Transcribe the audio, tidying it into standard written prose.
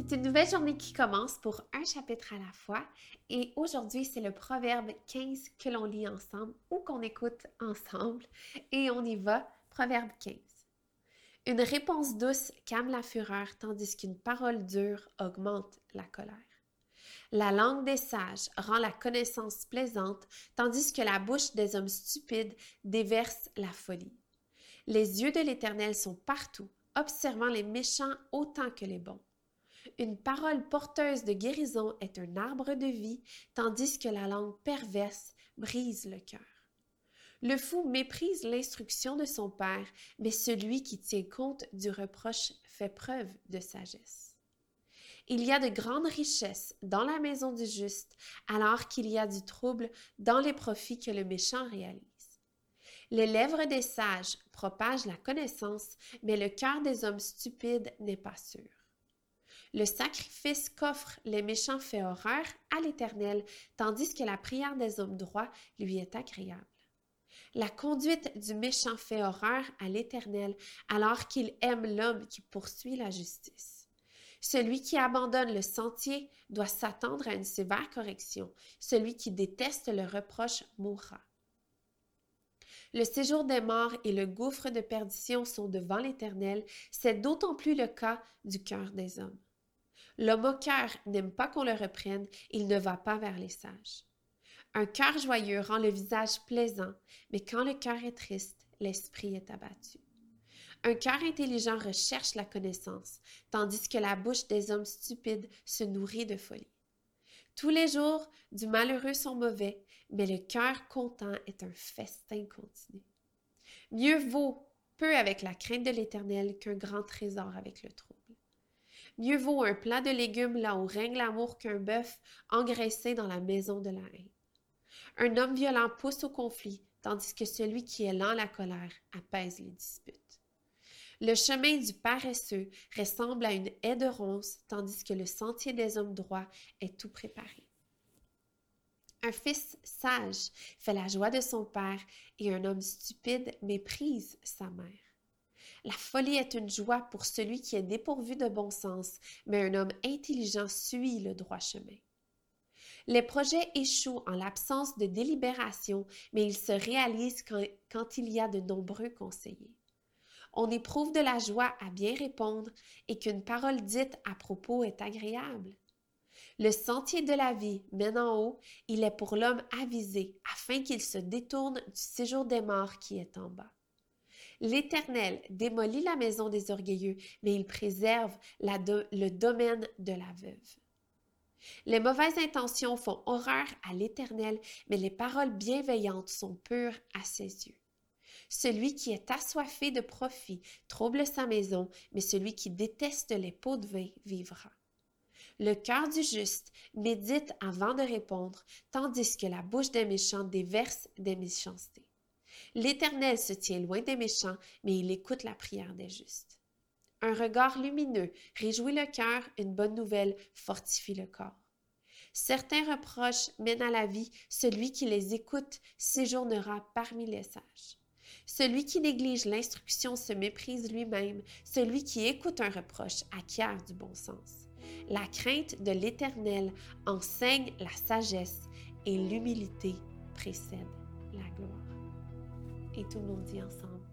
C'est une nouvelle journée qui commence pour un chapitre à la fois et aujourd'hui c'est le Proverbe 15 que l'on lit ensemble ou qu'on écoute ensemble et on y va, Proverbe 15. Une réponse douce calme la fureur tandis qu'une parole dure augmente la colère. La langue des sages rend la connaissance plaisante tandis que la bouche des hommes stupides déverse la folie. Les yeux de l'Éternel sont partout, observant les méchants autant que les bons. Une parole porteuse de guérison est un arbre de vie, tandis que la langue perverse brise le cœur. Le fou méprise l'instruction de son père, mais celui qui tient compte du reproche fait preuve de sagesse. Il y a de grandes richesses dans la maison du juste, alors qu'il y a du trouble dans les profits que le méchant réalise. Les lèvres des sages propagent la connaissance, mais le cœur des hommes stupides n'est pas sûr. Le sacrifice qu'offrent les méchants fait horreur à l'Éternel, tandis que la prière des hommes droits lui est agréable. La conduite du méchant fait horreur à l'Éternel, alors qu'il aime l'homme qui poursuit la justice. Celui qui abandonne le sentier doit s'attendre à une sévère correction. Celui qui déteste le reproche mourra. Le séjour des morts et le gouffre de perdition sont devant l'Éternel, c'est d'autant plus le cas du cœur des hommes. L'homme au cœur n'aime pas qu'on le reprenne, il ne va pas vers les sages. Un cœur joyeux rend le visage plaisant, mais quand le cœur est triste, l'esprit est abattu. Un cœur intelligent recherche la connaissance, tandis que la bouche des hommes stupides se nourrit de folie. Tous les jours du malheureux sont mauvais, mais le cœur content est un festin continu. Mieux vaut peu avec la crainte de l'Éternel qu'un grand trésor avec le trouble. Mieux vaut un plat de légumes là où règne l'amour qu'un bœuf engraissé dans la maison de la haine. Un homme violent pousse au conflit, tandis que celui qui est lent à la colère apaise les disputes. Le chemin du paresseux ressemble à une haie de ronces, tandis que le sentier des hommes droits est tout préparé. Un fils sage fait la joie de son père et un homme stupide méprise sa mère. La folie est une joie pour celui qui est dépourvu de bon sens, mais un homme intelligent suit le droit chemin. Les projets échouent en l'absence de délibération, mais ils se réalisent quand il y a de nombreux conseillers. On éprouve de la joie à bien répondre et qu'une parole dite à propos est agréable. Le sentier de la vie mène en haut, il est pour l'homme avisé, afin qu'il se détourne du séjour des morts qui est en bas. L'Éternel démolit la maison des orgueilleux, mais il préserve le domaine de la veuve. Les mauvaises intentions font horreur à l'Éternel, mais les paroles bienveillantes sont pures à ses yeux. Celui qui est assoiffé de profit trouble sa maison, mais celui qui déteste les pots de vin vivra. Le cœur du juste médite avant de répondre, tandis que la bouche des méchants déverse des méchancetés. L'Éternel se tient loin des méchants, mais il écoute la prière des justes. Un regard lumineux réjouit le cœur, une bonne nouvelle fortifie le corps. Certains reproches mènent à la vie, celui qui les écoute séjournera parmi les sages. Celui qui néglige l'instruction se méprise lui-même, celui qui écoute un reproche acquiert du bon sens. La crainte de l'Éternel enseigne la sagesse et l'humilité précède la gloire. Et tout le monde dit ensemble.